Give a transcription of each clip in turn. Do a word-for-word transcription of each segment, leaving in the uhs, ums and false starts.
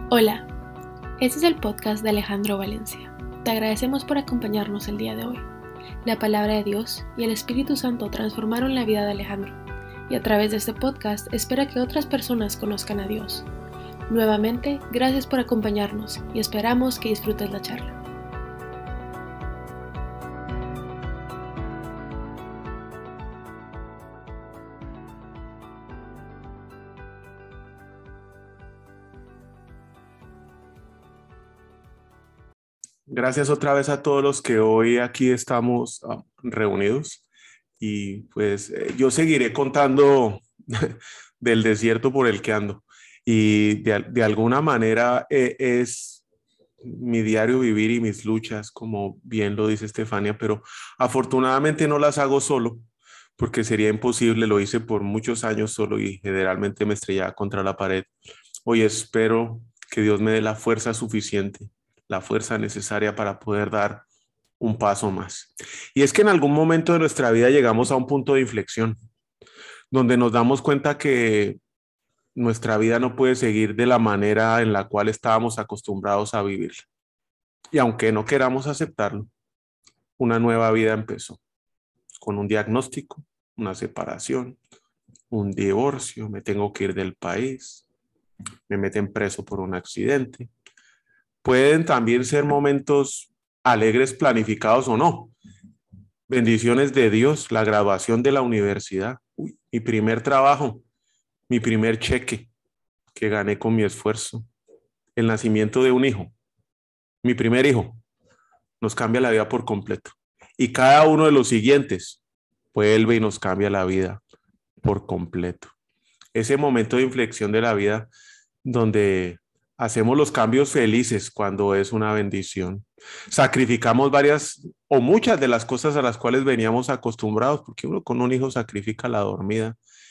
Hola, este es el podcast de Alejandro Valencia. Te agradecemos por acompañarnos el día de hoy. La palabra de Dios y el Espíritu Santo transformaron la vida de Alejandro, y a través de este podcast espera que otras personas conozcan a Dios. Nuevamente, gracias por acompañarnos y esperamos que disfrutes la charla. Gracias otra vez a todos los que hoy aquí estamos uh, reunidos y pues eh, yo seguiré contando del desierto por el que ando y de, de alguna manera eh, es mi diario vivir y mis luchas, como bien lo dice Estefania, pero afortunadamente no las hago solo porque sería imposible, lo hice por muchos años solo y generalmente me estrellaba contra la pared. Hoy espero que Dios me dé la fuerza suficiente, la fuerza necesaria para poder dar un paso más. Y es que en algún momento de nuestra vida llegamos a un punto de inflexión, donde nos damos cuenta que nuestra vida no puede seguir de la manera en la cual estábamos acostumbrados a vivirla. Y aunque no queramos aceptarlo, una nueva vida empezó, con un diagnóstico, una separación, un divorcio, me tengo que ir del país, me meten preso por un accidente. Pueden también ser momentos alegres, planificados o no. Bendiciones de Dios, la graduación de la universidad, uy, mi primer trabajo, mi primer cheque que gané con mi esfuerzo, el nacimiento de un hijo, mi primer hijo, nos cambia la vida por completo. Y cada uno de los siguientes vuelve y nos cambia la vida por completo. Ese momento de inflexión de la vida donde hacemos los cambios felices cuando es una bendición. Sacrificamos varias o muchas de las cosas a las cuales veníamos acostumbrados, porque uno con un hijo sacrifica la dormida,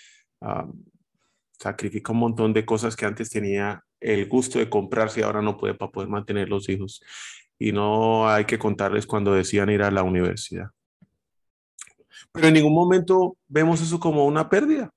uh, sacrifica un montón de cosas que antes tenía el gusto de comprarse y ahora no puede para poder mantener los hijos. Y no hay que contarles cuando decían ir a la universidad. Pero en ningún momento vemos eso como una pérdida.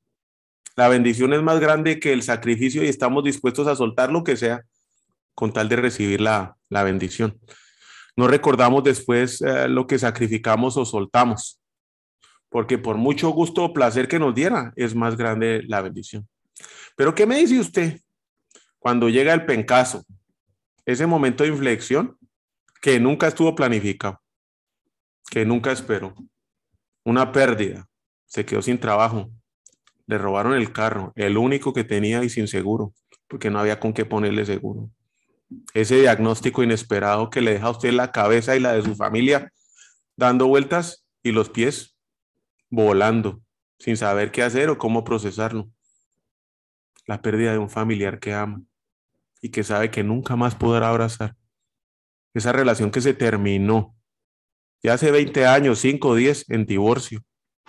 La bendición es más grande que el sacrificio y estamos dispuestos a soltar lo que sea con tal de recibir la, la bendición. No recordamos después eh, lo que sacrificamos o soltamos, porque por mucho gusto o placer que nos diera, es más grande la bendición. Pero ¿qué me dice usted cuando llega el pencazo? Ese momento de inflexión que nunca estuvo planificado, que nunca esperó, una pérdida, se quedó sin trabajo, le robaron el carro, el único que tenía y sin seguro, porque no había con qué ponerle seguro. Ese diagnóstico inesperado que le deja a usted la cabeza y la de su familia dando vueltas y los pies volando, sin saber qué hacer o cómo procesarlo. La pérdida de un familiar que ama y que sabe que nunca más podrá abrazar. Esa relación que se terminó ya hace veinte años, cinco, diez, en divorcio.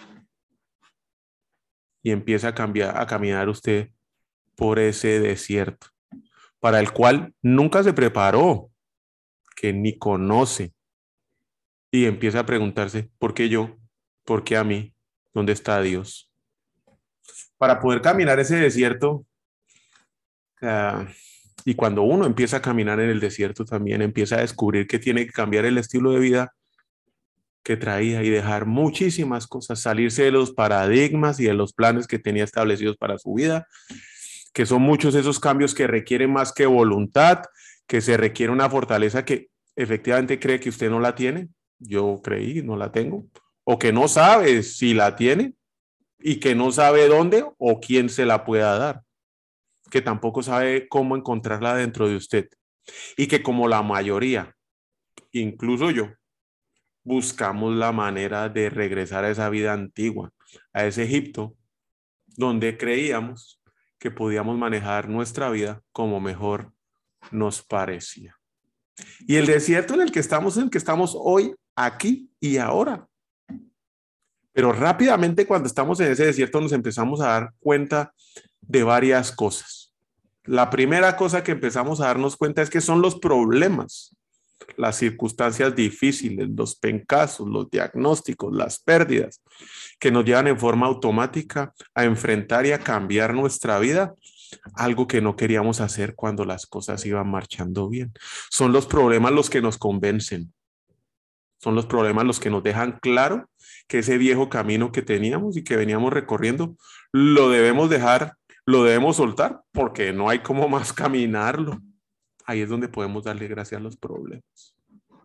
Y empieza a cambiar, a caminar usted por ese desierto, para el cual nunca se preparó, que ni conoce. Y empieza a preguntarse, ¿por qué yo? ¿Por qué a mí? ¿Dónde está Dios? Para poder caminar ese desierto, uh, y cuando uno empieza a caminar en el desierto también empieza a descubrir que tiene que cambiar el estilo de vida que traía y dejar muchísimas cosas, salirse de los paradigmas y de los planes que tenía establecidos para su vida, que son muchos esos cambios que requieren más que voluntad, que se requiere una fortaleza que efectivamente cree que usted no la tiene, yo creí, no la tengo, o que no sabe si la tiene y que no sabe dónde o quién se la pueda dar, que tampoco sabe cómo encontrarla dentro de usted y que como la mayoría, incluso yo, buscamos la manera de regresar a esa vida antigua, a ese Egipto donde creíamos que podíamos manejar nuestra vida como mejor nos parecía. Y el desierto en el que estamos, en el que estamos hoy, aquí y ahora. Pero rápidamente cuando estamos en ese desierto nos empezamos a dar cuenta de varias cosas. La primera cosa que empezamos a darnos cuenta es que son los problemas, las circunstancias difíciles, los pencazos, los diagnósticos, las pérdidas que nos llevan en forma automática a enfrentar y a cambiar nuestra vida algo que no queríamos hacer cuando las cosas iban marchando bien. Son los problemas los que nos convencen. Son los problemas los que nos dejan claro que ese viejo camino que teníamos y que veníamos recorriendo, lo debemos dejar, lo debemos soltar, porque no hay cómo más caminarlo. Ahí es donde podemos darle gracias a los problemas.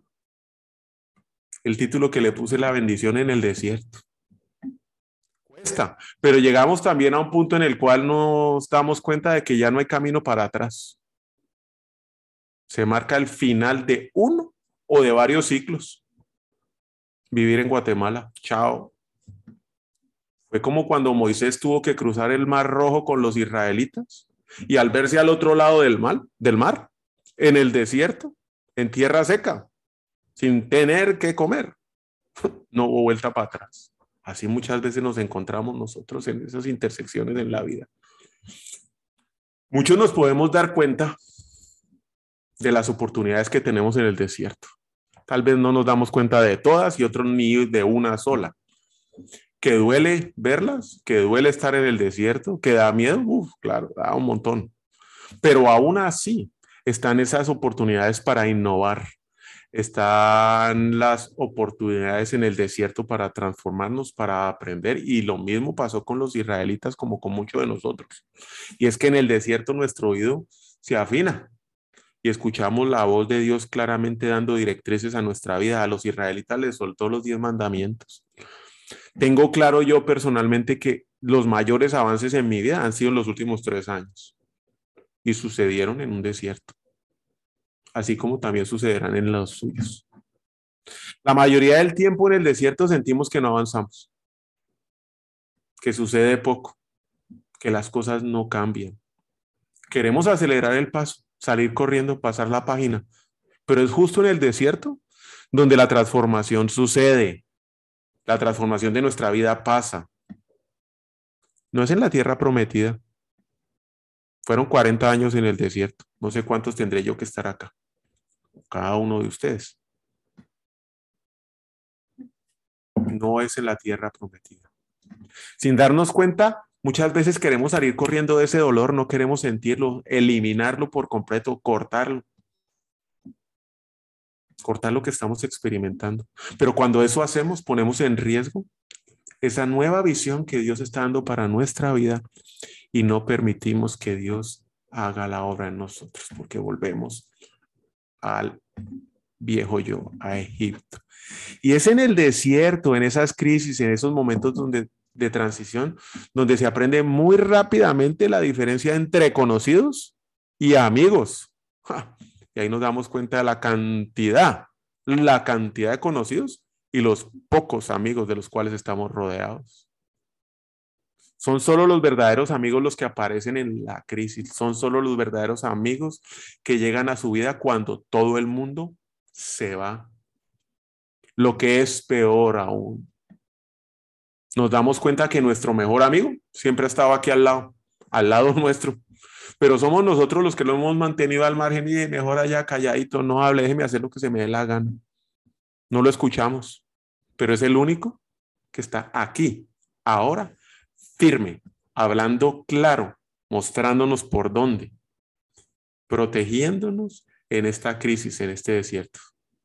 El título que le puse, la bendición en el desierto. Cuesta, pero llegamos también a un punto en el cual nos damos cuenta de que ya no hay camino para atrás. Se marca el final de uno o de varios ciclos. Vivir en Guatemala, chao. Fue como cuando Moisés tuvo que cruzar el Mar Rojo con los israelitas y al verse al otro lado del mar, del mar, en el desierto, en tierra seca, sin tener que comer, no hubo vuelta para atrás. Así muchas veces nos encontramos nosotros en esas intersecciones en la vida. Muchos nos podemos dar cuenta de las oportunidades que tenemos en el desierto. Tal vez no nos damos cuenta de todas y otros ni de una sola. Que duele verlas, que duele estar en el desierto, que da miedo, uf, claro, da un montón. Pero aún así están esas oportunidades para innovar. Están las oportunidades en el desierto para transformarnos, para aprender, y lo mismo pasó con los israelitas como con muchos de nosotros. Y es que en el desierto nuestro oído se afina y escuchamos la voz de Dios claramente dando directrices a nuestra vida. A los israelitas les soltó los diez mandamientos. Tengo claro yo personalmente que los mayores avances en mi vida han sido en los últimos tres años y sucedieron en un desierto, así como también sucederán en los suyos. La mayoría del tiempo en el desierto sentimos que no avanzamos, que sucede poco, que las cosas no cambian. Queremos acelerar el paso, salir corriendo, pasar la página, pero es justo en el desierto donde la transformación sucede. La transformación de nuestra vida pasa. No es en la tierra prometida. Fueron cuarenta años en el desierto. No sé cuántos tendré yo que estar acá. Cada uno de ustedes. No es en la tierra prometida. Sin darnos cuenta, muchas veces queremos salir corriendo de ese dolor, no queremos sentirlo, eliminarlo por completo, cortarlo. Cortar lo que estamos experimentando. Pero cuando eso hacemos, ponemos en riesgo esa nueva visión que Dios está dando para nuestra vida y no permitimos que Dios haga la obra en nosotros, porque volvemos al viejo yo, a Egipto. Y es en el desierto, en esas crisis, en esos momentos donde, de transición, donde se aprende muy rápidamente la diferencia entre conocidos y amigos. ¡Ja! Y ahí nos damos cuenta de la cantidad, la cantidad de conocidos y los pocos amigos de los cuales estamos rodeados. Son solo los verdaderos amigos los que aparecen en la crisis. Son solo los verdaderos amigos que llegan a su vida cuando todo el mundo se va. Lo que es peor aún. Nos damos cuenta que nuestro mejor amigo siempre ha estado aquí al lado, al lado nuestro. Pero somos nosotros los que lo hemos mantenido al margen y mejor allá calladito, no hable, déjeme hacer lo que se me dé la gana. No lo escuchamos, pero es el único que está aquí, ahora, firme, hablando claro, mostrándonos por dónde, protegiéndonos en esta crisis, en este desierto.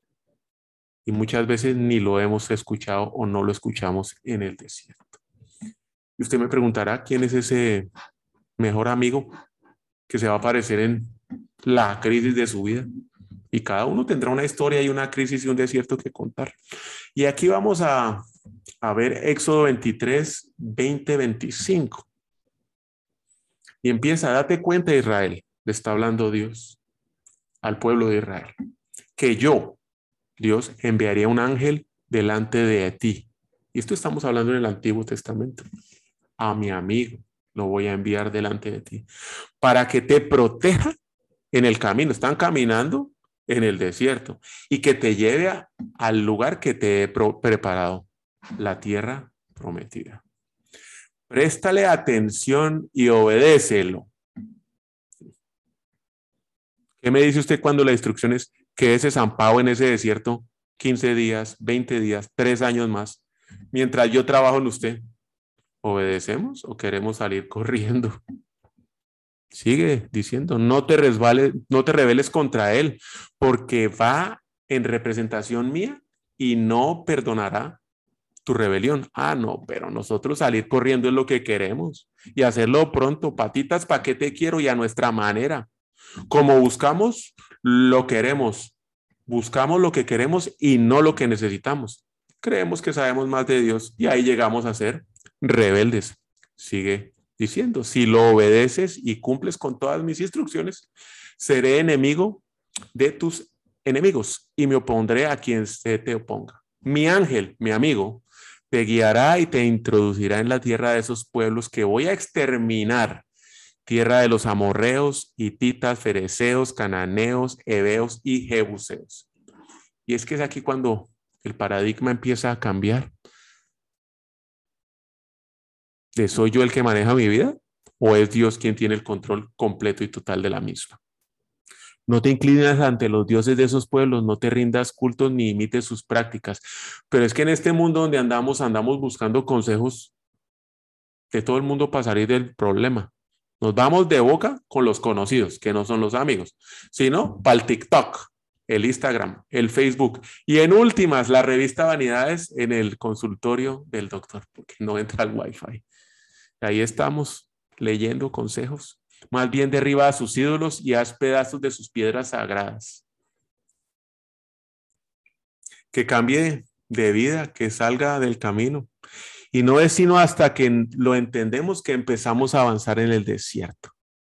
Y muchas veces ni lo hemos escuchado o no lo escuchamos en el desierto. Y usted me preguntará, ¿quién es ese mejor amigo que se va a aparecer en la crisis de su vida? Y cada uno tendrá una historia y una crisis y un desierto que contar. Y aquí vamos a, a ver Éxodo veintitrés, veinte, veinticinco. Y empieza, date cuenta, Israel, le está hablando Dios al pueblo de Israel, que yo, Dios, enviaría un ángel delante de ti. Y esto estamos hablando en el Antiguo Testamento. A mi amigo lo voy a enviar delante de ti para que te proteja en el camino. Están caminando en el desierto y que te lleve a, al lugar que te he preparado, la tierra prometida. Préstale atención y obedécelo. ¿Qué me dice usted cuando la instrucción es quédese zampado en ese desierto quince días, veinte días, tres años más, mientras yo trabajo en usted? ¿Obedecemos o queremos salir corriendo? Sigue diciendo, no te resbales, no te rebeles contra él, porque va en representación mía y no perdonará tu rebelión. Ah, no, pero nosotros salir corriendo es lo que queremos y hacerlo pronto, patitas, ¿para qué te quiero? Y a nuestra manera. Como buscamos, lo queremos. Buscamos lo que queremos y no lo que necesitamos. Creemos que sabemos más de Dios y ahí llegamos a ser rebeldes. Sigue diciendo, si lo obedeces y cumples con todas mis instrucciones, seré enemigo de tus enemigos y me opondré a quien se te oponga. Mi ángel, mi amigo, te guiará y te introducirá en la tierra de esos pueblos que voy a exterminar, tierra de los amorreos, hititas, fereceos, cananeos, heveos y jebuseos. Y es que es aquí cuando el paradigma empieza a cambiar. ¿De soy yo el que maneja mi vida o es Dios quien tiene el control completo y total de la misma? No te inclinas ante los dioses de esos pueblos, no te rindas cultos ni imites sus prácticas. Pero es que en este mundo donde andamos, andamos buscando consejos de todo el mundo para salir del problema. Nos vamos de boca con los conocidos, que no son los amigos, sino para el TikTok, el Instagram, el Facebook y en últimas la revista Vanidades en el consultorio del doctor, porque no entra el Wi-Fi. Ahí estamos leyendo consejos. Más bien derriba a sus ídolos y haz pedazos de sus piedras sagradas. Que cambie de vida, que salga del camino. Y no es sino hasta que lo entendemos que empezamos a avanzar en el desierto.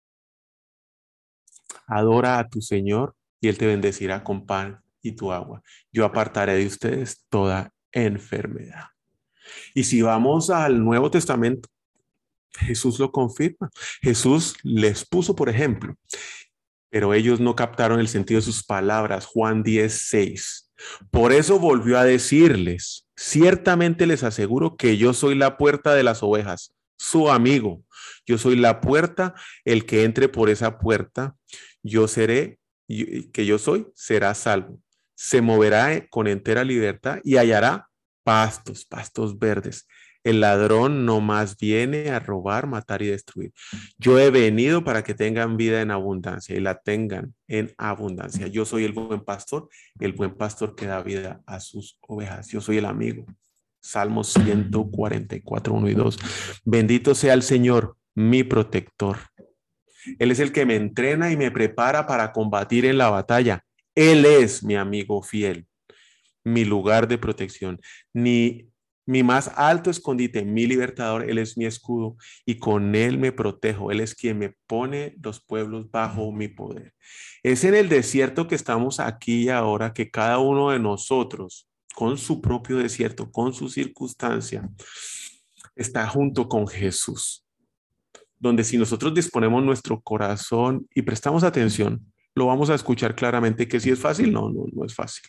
Adora a tu Señor y Él te bendecirá con pan y tu agua. Yo apartaré de ustedes toda enfermedad. Y si vamos al Nuevo Testamento, Jesús lo confirma. Jesús les puso, por ejemplo, pero ellos no captaron el sentido de sus palabras. Juan diez, seis. Por eso volvió a decirles, ciertamente les aseguro que yo soy la puerta de las ovejas, su amigo. Yo soy la puerta, el que entre por esa puerta, yo seré, que yo soy, será salvo. Se moverá con entera libertad y hallará pastos, pastos verdes. El ladrón no más viene a robar, matar y destruir. Yo he venido para que tengan vida en abundancia y la tengan en abundancia. Yo soy el buen pastor, el buen pastor que da vida a sus ovejas. Yo soy el amigo. Salmos ciento cuarenta y cuatro, uno y dos. Bendito sea el Señor, mi protector. Él es el que me entrena y me prepara para combatir en la batalla. Él es mi amigo fiel, mi lugar de protección. Ni mi más alto escondite, mi libertador, Él es mi escudo y con Él me protejo. Él es quien me pone los pueblos bajo mi poder. Es en el desierto que estamos aquí y ahora que cada uno de nosotros, con su propio desierto, con su circunstancia, está junto con Jesús. Donde si nosotros disponemos nuestro corazón y prestamos atención, lo vamos a escuchar claramente que si es fácil, no, no, no es fácil.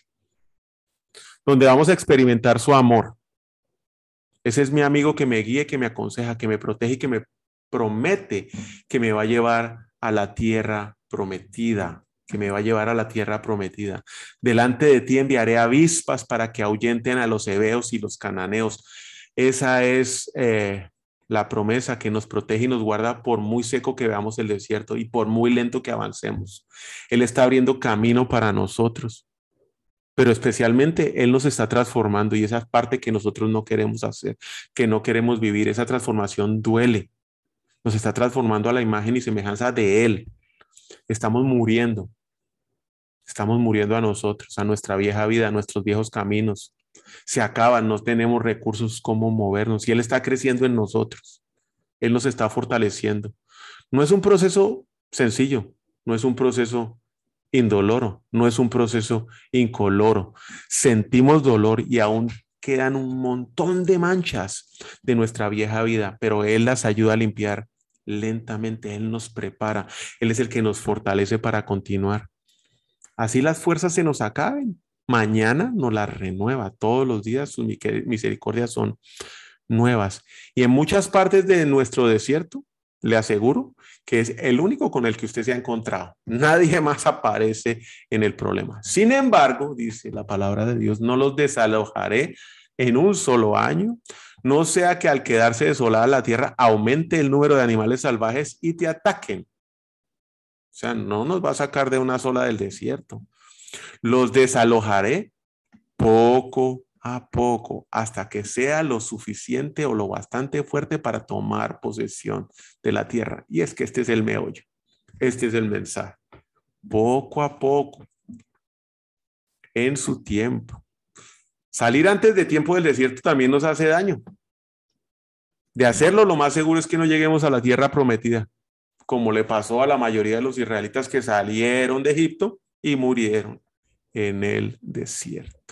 Donde vamos a experimentar su amor. Ese es mi amigo que me guía, que me aconseja, que me protege y que me promete que me va a llevar a la tierra prometida, que me va a llevar a la tierra prometida. Delante de ti enviaré avispas para que ahuyenten a los heveos y los cananeos. Esa es eh, la promesa que nos protege y nos guarda por muy seco que veamos el desierto y por muy lento que avancemos. Él está abriendo camino para nosotros. Pero especialmente Él nos está transformando y esa parte que nosotros no queremos hacer, que no queremos vivir, esa transformación duele. Nos está transformando a la imagen y semejanza de Él. Estamos muriendo. Estamos muriendo a nosotros, a nuestra vieja vida, a nuestros viejos caminos. Se acaban, no tenemos recursos como movernos y Él está creciendo en nosotros. Él nos está fortaleciendo. No es un proceso sencillo, no es un proceso indoloro, no es un proceso incoloro. Sentimos dolor y aún quedan un montón de manchas de nuestra vieja vida, pero Él las ayuda a limpiar lentamente. Él nos prepara. Él es el que nos fortalece para continuar. Así las fuerzas se nos acaben. Mañana nos las renueva. Todos los días sus misericordias son nuevas. Y en muchas partes de nuestro desierto, le aseguro que es el único con el que usted se ha encontrado. Nadie más aparece en el problema. Sin embargo, dice la palabra de Dios, no los desalojaré en un solo año, no sea que al quedarse desolada la tierra aumente el número de animales salvajes y te ataquen. sea, no nos va a sacar de una sola del desierto. Los desalojaré poco a poco hasta que sea lo suficiente o lo bastante fuerte para tomar posesión de la tierra. Y es que este es el meollo, este es el mensaje. Poco a poco, en su tiempo. Salir antes de tiempo del desierto también nos hace daño. De hacerlo, lo más seguro es que no lleguemos a la tierra prometida, como le pasó a la mayoría de los israelitas que salieron de Egipto y murieron en el desierto.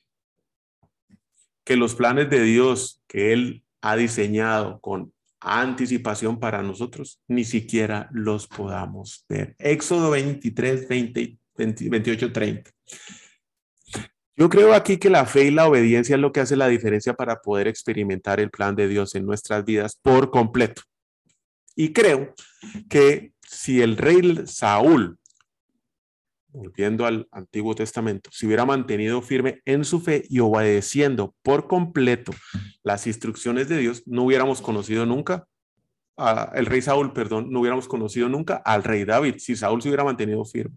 Que los planes de Dios que Él ha diseñado con anticipación para nosotros, ni siquiera los podamos ver. Éxodo veintitrés, veinte, veinte, veintiocho, treinta. Yo creo aquí que la fe y la obediencia es lo que hace la diferencia para poder experimentar el plan de Dios en nuestras vidas por completo. Y creo que si el rey Saúl, volviendo al Antiguo Testamento, si hubiera mantenido firme en su fe y obedeciendo por completo las instrucciones de Dios, no hubiéramos conocido nunca a, el rey Saúl, perdón, no hubiéramos conocido nunca al rey David, si Saúl se hubiera mantenido firme.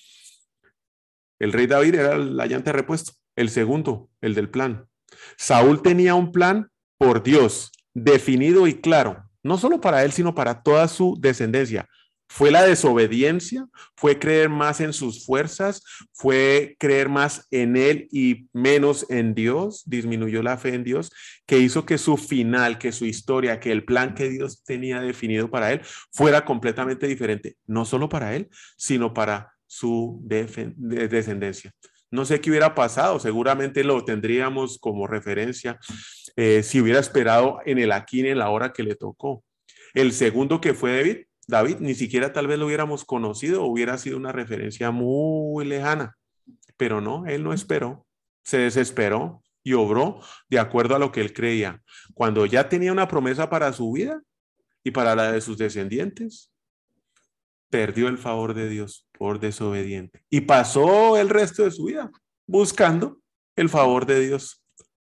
El rey David era la llanta de repuesto, el segundo, el del plan. Saúl tenía un plan por Dios, definido y claro, no solo para él, sino para toda su descendencia. Fue la desobediencia, fue creer más en sus fuerzas, fue creer más en él y menos en Dios, disminuyó la fe en Dios, que hizo que su final, que su historia, que el plan que Dios tenía definido para él fuera completamente diferente, no solo para él, sino para su descendencia. No sé qué hubiera pasado, seguramente lo tendríamos como referencia eh, si hubiera esperado en el aquí y en la hora que le tocó. El segundo que fue David, David, ni siquiera tal vez lo hubiéramos conocido, hubiera sido una referencia muy lejana, pero no, él no esperó, se desesperó y obró de acuerdo a lo que él creía. Cuando ya tenía una promesa para su vida y para la de sus descendientes, perdió el favor de Dios por desobediente y pasó el resto de su vida buscando el favor de Dios.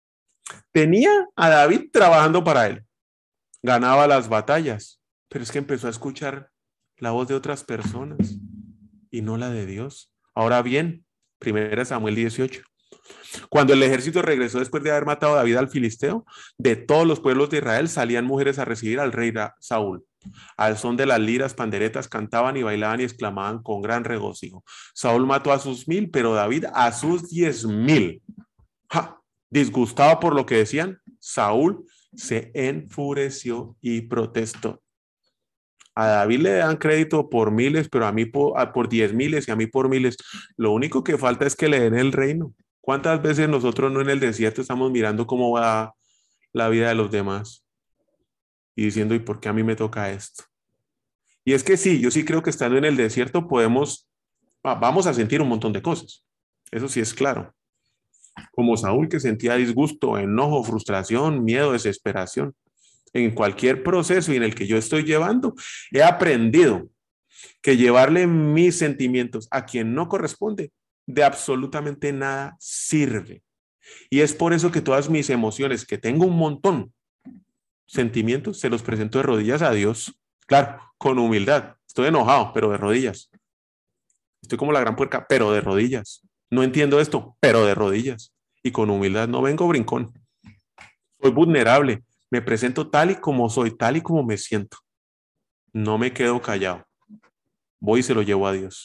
Tenía a David trabajando para él, ganaba las batallas, pero es que empezó a escuchar la voz de otras personas y no la de Dios. Ahora bien, primera Samuel dieciocho. Cuando el ejército regresó después de haber matado a David al filisteo, de todos los pueblos de Israel salían mujeres a recibir al rey Saúl. Al son de las liras, panderetas, cantaban y bailaban y exclamaban con gran regocijo. Saúl mató a sus mil, pero David a sus diez mil. ¡Ja! Disgustado por lo que decían, Saúl se enfureció y protestó. A David le dan crédito por miles, pero a mí por, por diez miles y a mí por miles. Lo único que falta es que le den el reino. ¿Cuántas veces nosotros no en el desierto estamos mirando cómo va la vida de los demás y diciendo, ¿y por qué a mí me toca esto? Y es que sí, yo sí creo que estando en el desierto podemos, vamos a sentir un montón de cosas. Eso sí es claro. Como Saúl, que sentía disgusto, enojo, frustración, miedo, desesperación. En cualquier proceso y en el que yo estoy llevando, he aprendido que llevarle mis sentimientos a quien no corresponde de absolutamente nada sirve. Y es por eso que todas mis emociones, que tengo un montón, sentimientos, se los presento de rodillas a Dios. Claro, con humildad. Estoy enojado, pero de rodillas. Estoy como la gran puerca, pero de rodillas. No entiendo esto, pero de rodillas. Y con humildad, no vengo brincón. Soy vulnerable. Me presento tal y como soy, tal y como me siento. No me quedo callado. Voy y se lo llevo a Dios.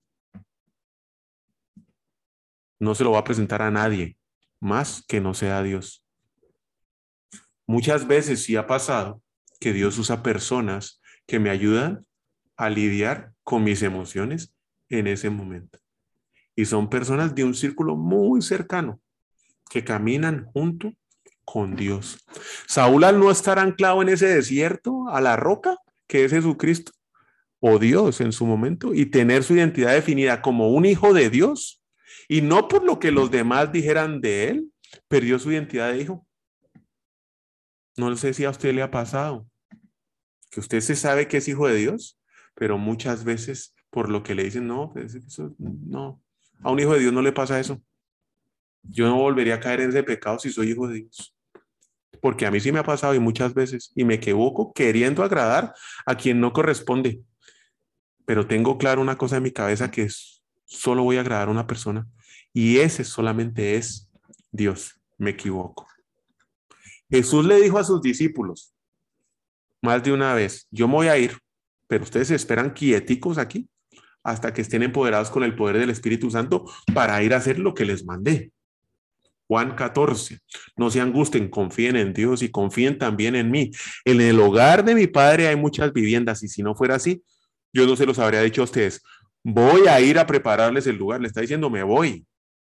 No se lo va a presentar a nadie, más que no sea a Dios. Muchas veces sí ha pasado que Dios usa personas que me ayudan a lidiar con mis emociones en ese momento. Y son personas de un círculo muy cercano que caminan junto con Dios. Saúl, al no estar anclado en ese desierto, a la roca que es Jesucristo o Dios en su momento, y tener su identidad definida como un hijo de Dios, y no por lo que los demás dijeran de él, perdió su identidad de hijo. No sé si a usted le ha pasado, que usted se sabe que es hijo de Dios, pero muchas veces por lo que le dicen, no, pues eso, no, a un hijo de Dios no le pasa eso. Yo no volvería a caer en ese pecado si soy hijo de Dios. Porque a mí sí me ha pasado y muchas veces, y me equivoco queriendo agradar a quien no corresponde. pero tengo claro una cosa en mi cabeza que es, solo voy a agradar a una persona y ese solamente es Dios. Me equivoco. Jesús le dijo a sus discípulos más de una vez, yo me voy a ir, pero ustedes se esperan quieticos aquí hasta que estén empoderados con el poder del Espíritu Santo para ir a hacer lo que les mandé. Juan catorce, no se angusten, confíen en Dios y confíen también en mí. En el hogar de mi padre hay muchas viviendas y si no fuera así, yo no se los habría dicho a ustedes. Voy a ir a prepararles el lugar. Le está diciendo, me voy.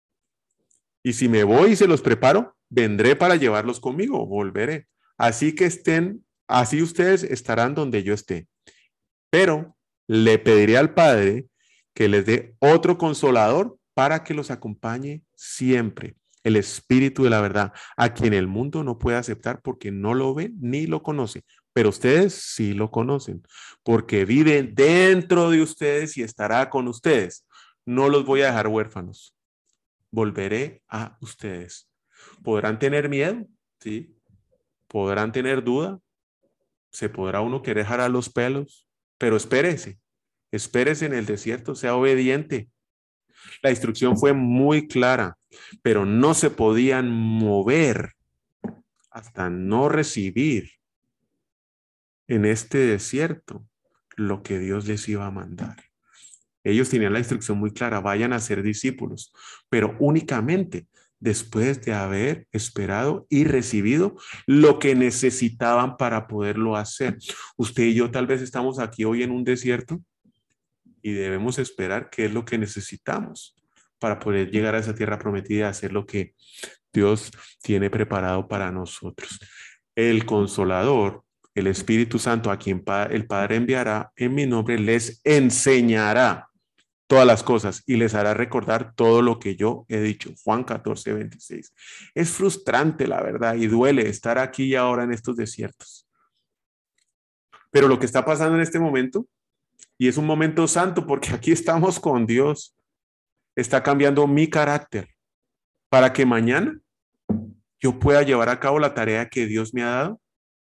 Y si me voy y se los preparo, vendré para llevarlos conmigo, volveré. Así que estén, así ustedes estarán donde yo esté. Pero le pediré al Padre que les dé otro consolador para que los acompañe siempre. El Espíritu de la verdad, a quien el mundo no puede aceptar porque no lo ve ni lo conoce. Pero ustedes sí lo conocen, porque vive dentro de ustedes y estará con ustedes. No los voy a dejar huérfanos. Volveré a ustedes. ¿Podrán tener miedo? Sí. ¿Podrán tener duda? ¿Se podrá uno querer jalar los pelos? Pero espérese, espérese en el desierto, sea obediente. La instrucción fue muy clara, pero no se podían mover hasta no recibir en este desierto lo que Dios les iba a mandar. Ellos tenían la instrucción muy clara, vayan a ser discípulos, pero únicamente después de haber esperado y recibido lo que necesitaban para poderlo hacer. Usted y yo tal vez estamos aquí hoy en un desierto y debemos esperar qué es lo que necesitamos para poder llegar a esa tierra prometida y hacer lo que Dios tiene preparado para nosotros. El Consolador, el Espíritu Santo, a quien el Padre enviará en mi nombre, les enseñará todas las cosas y les hará recordar todo lo que yo he dicho. Juan catorce, veintiséis. Es frustrante, la verdad, y duele estar aquí y ahora en estos desiertos. Pero lo que está pasando en este momento, y es un momento santo porque aquí estamos con Dios, está cambiando mi carácter para que mañana yo pueda llevar a cabo la tarea que Dios me ha dado,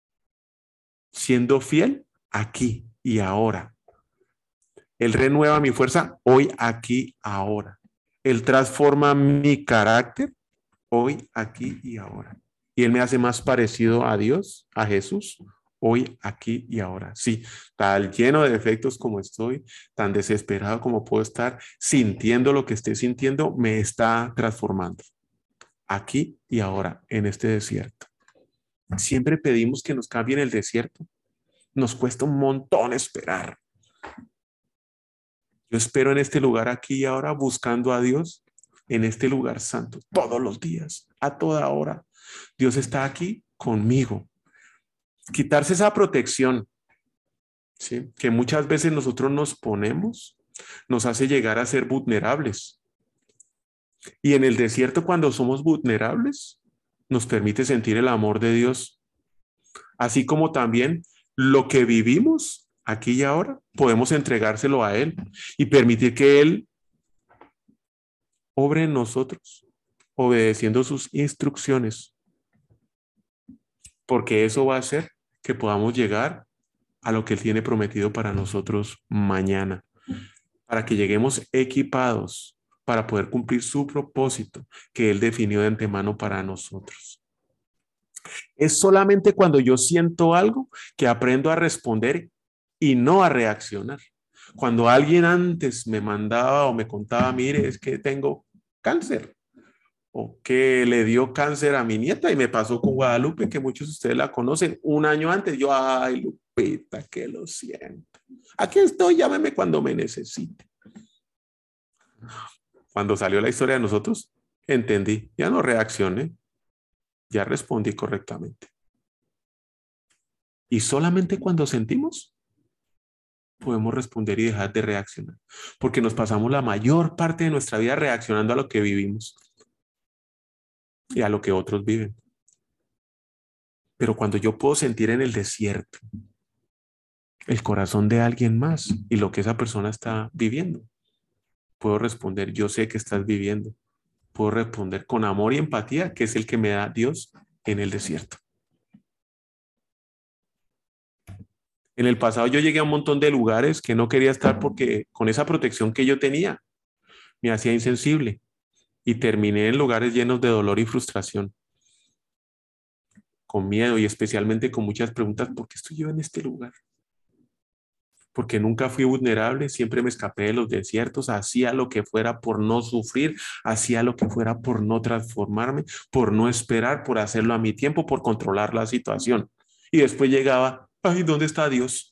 siendo fiel aquí y ahora. Él renueva mi fuerza hoy, aquí, ahora. Él transforma mi carácter hoy, aquí y ahora. Y Él me hace más parecido a Dios, a Jesús, hoy, aquí y ahora. Sí, tal lleno de defectos como estoy, tan desesperado como puedo estar, sintiendo lo que esté sintiendo, me está transformando. Aquí y ahora, en este desierto. Siempre pedimos que nos cambien el desierto. Nos cuesta un montón esperar. Yo espero en este lugar aquí y ahora buscando a Dios, en este lugar santo, todos los días, a toda hora. Dios está aquí conmigo. Quitarse esa protección, ¿sí?, que muchas veces nosotros nos ponemos, nos hace llegar a ser vulnerables. Y en el desierto, cuando somos vulnerables, nos permite sentir el amor de Dios. Así como también lo que vivimos aquí y ahora, podemos entregárselo a Él y permitir que Él obre en nosotros, obedeciendo sus instrucciones. Porque eso va a hacer que podamos llegar a lo que Él tiene prometido para nosotros mañana. Para que lleguemos equipados para poder cumplir su propósito que Él definió de antemano para nosotros. Es solamente cuando yo siento algo que aprendo a responder y no a reaccionar. Cuando alguien antes me mandaba o me contaba, mire, es que tengo cáncer, o que le dio cáncer a mi nieta, y me pasó con Guadalupe, que muchos de ustedes la conocen, un año antes, yo, ay, Lupita, que lo siento. Aquí estoy, llámeme cuando me necesite. Cuando salió la historia de nosotros, entendí, ya no reaccioné, ya respondí correctamente. Y solamente cuando sentimos, podemos responder y dejar de reaccionar, porque nos pasamos la mayor parte de nuestra vida reaccionando a lo que vivimos y a lo que otros viven. Pero cuando yo puedo sentir en el desierto el corazón de alguien más y lo que esa persona está viviendo, puedo responder, yo sé que estás viviendo. Puedo responder con amor y empatía, que es el que me da Dios en el desierto. En el pasado yo llegué a un montón de lugares que no quería estar porque con esa protección que yo tenía me hacía insensible y terminé en lugares llenos de dolor y frustración, con miedo y especialmente con muchas preguntas: ¿por qué estoy yo en este lugar? Porque nunca fui vulnerable, siempre me escapé de los desiertos, hacía lo que fuera por no sufrir, hacía lo que fuera por no transformarme, por no esperar, por hacerlo a mi tiempo, por controlar la situación. Y después llegaba: ay, ¿dónde está Dios?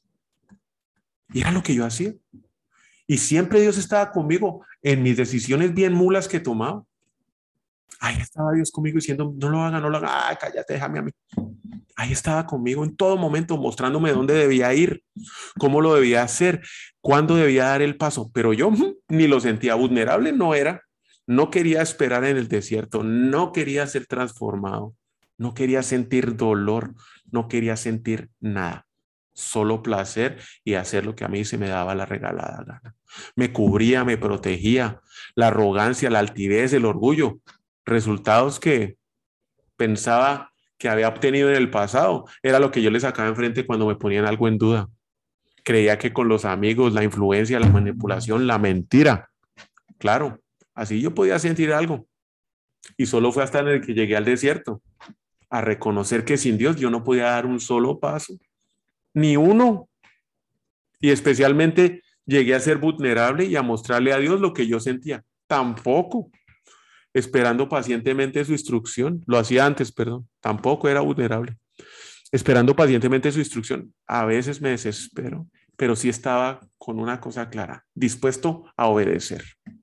Y era lo que yo hacía. Y siempre Dios estaba conmigo en mis decisiones bien mulas que tomaba. Ahí estaba Dios conmigo diciendo: no lo haga, no lo haga, ay, cállate, déjame a mí. Ahí estaba conmigo en todo momento, mostrándome dónde debía ir, cómo lo debía hacer, cuándo debía dar el paso. Pero yo ni lo sentía vulnerable, no era. No quería esperar en el desierto, no quería ser transformado, no quería sentir dolor, no quería sentir nada. Solo placer y hacer lo que a mí se me daba la regalada gana. Me cubría, me protegía, la arrogancia, la altivez, el orgullo, resultados que pensaba que había obtenido en el pasado, era lo que yo les sacaba enfrente cuando me ponían algo en duda. Creía que con los amigos, la influencia, la manipulación, la mentira, claro, así yo podía sentir algo. Y solo fue hasta en el que llegué al desierto a reconocer que sin Dios yo no podía dar un solo paso, ni uno. Y especialmente llegué a ser vulnerable y a mostrarle a Dios lo que yo sentía. Tampoco. Esperando pacientemente su instrucción. Lo hacía antes, perdón. Tampoco era vulnerable. Esperando pacientemente su instrucción. A veces me desespero, pero sí estaba con una cosa clara, dispuesto a obedecer.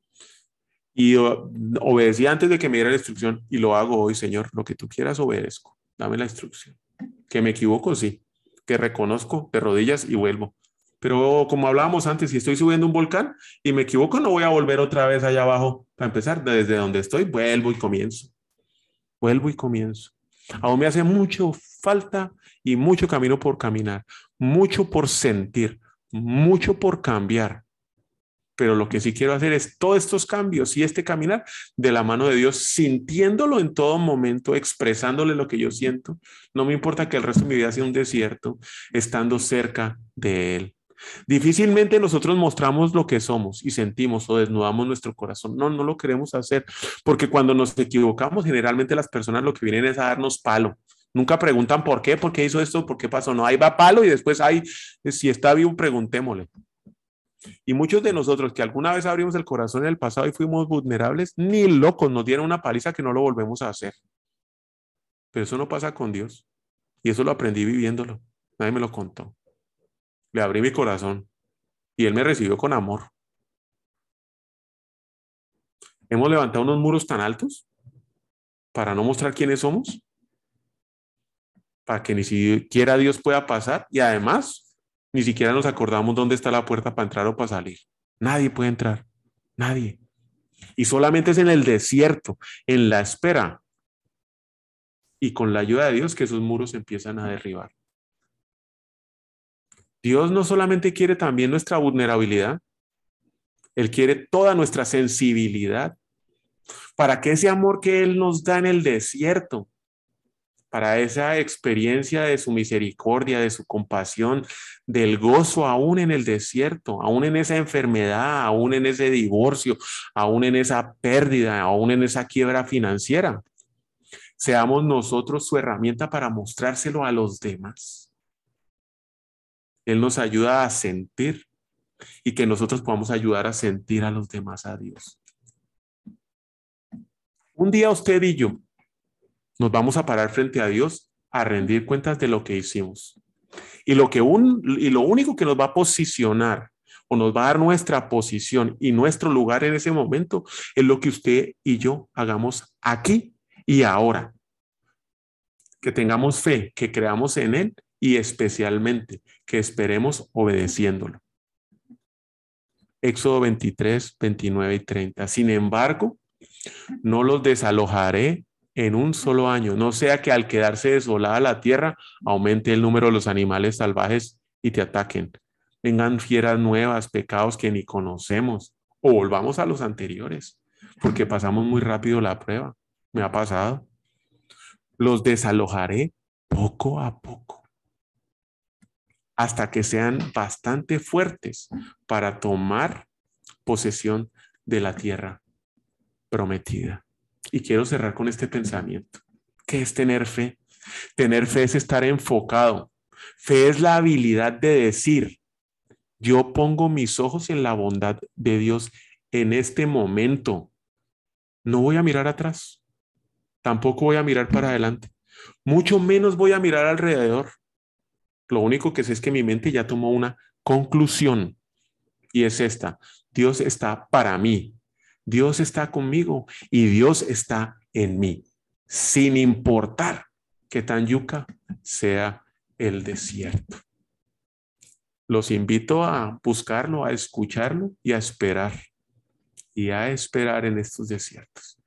Y uh, obedecí antes de que me diera la instrucción y lo hago hoy: Señor, lo que tú quieras obedezco. Dame la instrucción. Que me equivoco, sí. Que reconozco de rodillas y vuelvo. Pero como hablábamos antes, si estoy subiendo un volcán y me equivoco, no voy a volver otra vez allá abajo. Para empezar, desde donde estoy, vuelvo y comienzo. Vuelvo y comienzo. Aún me hace mucho falta y mucho camino por caminar, mucho por sentir, mucho por cambiar. Pero lo que sí quiero hacer es todos estos cambios y este caminar de la mano de Dios, sintiéndolo en todo momento, expresándole lo que yo siento. No me importa que el resto de mi vida sea un desierto, estando cerca de Él. Difícilmente nosotros mostramos lo que somos y sentimos o desnudamos nuestro corazón. No, no lo queremos hacer, porque cuando nos equivocamos, generalmente las personas lo que vienen es a darnos palo. Nunca preguntan por qué, por qué hizo esto, por qué pasó. No, ahí va palo y después ahí, si está vivo, preguntémosle. Y muchos de nosotros que alguna vez abrimos el corazón en el pasado y fuimos vulnerables, ni locos nos dieron una paliza que no lo volvemos a hacer. Pero eso no pasa con Dios. Y eso lo aprendí viviéndolo. Nadie me lo contó. Le abrí mi corazón y Él me recibió con amor. Hemos levantado unos muros tan altos para no mostrar quiénes somos, para que ni siquiera Dios pueda pasar, y además ni siquiera nos acordamos dónde está la puerta para entrar o para salir. Nadie puede entrar, nadie. Y solamente es en el desierto, en la espera y con la ayuda de Dios que esos muros empiezan a derribar. Dios no solamente quiere también nuestra vulnerabilidad, Él quiere toda nuestra sensibilidad, para que ese amor que Él nos da en el desierto, para esa experiencia de su misericordia, de su compasión, del gozo aún en el desierto, aún en esa enfermedad, aún en ese divorcio, aún en esa pérdida, aún en esa quiebra financiera, seamos nosotros su herramienta para mostrárselo a los demás. Él nos ayuda a sentir y que nosotros podamos ayudar a sentir a los demás a Dios. Un día usted y yo nos vamos a parar frente a Dios a rendir cuentas de lo que hicimos. Y lo, que un, y lo único que nos va a posicionar o nos va a dar nuestra posición y nuestro lugar en ese momento es lo que usted y yo hagamos aquí y ahora. Que tengamos fe, que creamos en Él y especialmente que esperemos obedeciéndolo. Éxodo veintitrés, veintinueve y treinta. Sin embargo, no los desalojaré en un solo año, no sea que al quedarse desolada la tierra aumente el número de los animales salvajes y te ataquen. Vengan fieras nuevas, pecados que ni conocemos, o volvamos a los anteriores, porque pasamos muy rápido la prueba. Me ha pasado. Los desalojaré poco a poco. hasta que sean bastante fuertes para tomar posesión de la tierra prometida. Y quiero cerrar con este pensamiento. ¿Qué es tener fe? Tener fe es estar enfocado. Fe es la habilidad de decir, yo pongo mis ojos en la bondad de Dios en este momento. No voy a mirar atrás. Tampoco voy a mirar para adelante. Mucho menos voy a mirar alrededor. Lo único que sé es que mi mente ya tomó una conclusión y es esta. Dios está para mí. Dios está conmigo y Dios está en mí, sin importar qué tan yuca sea el desierto. Los invito a buscarlo, a escucharlo y a esperar. Y a esperar en estos desiertos.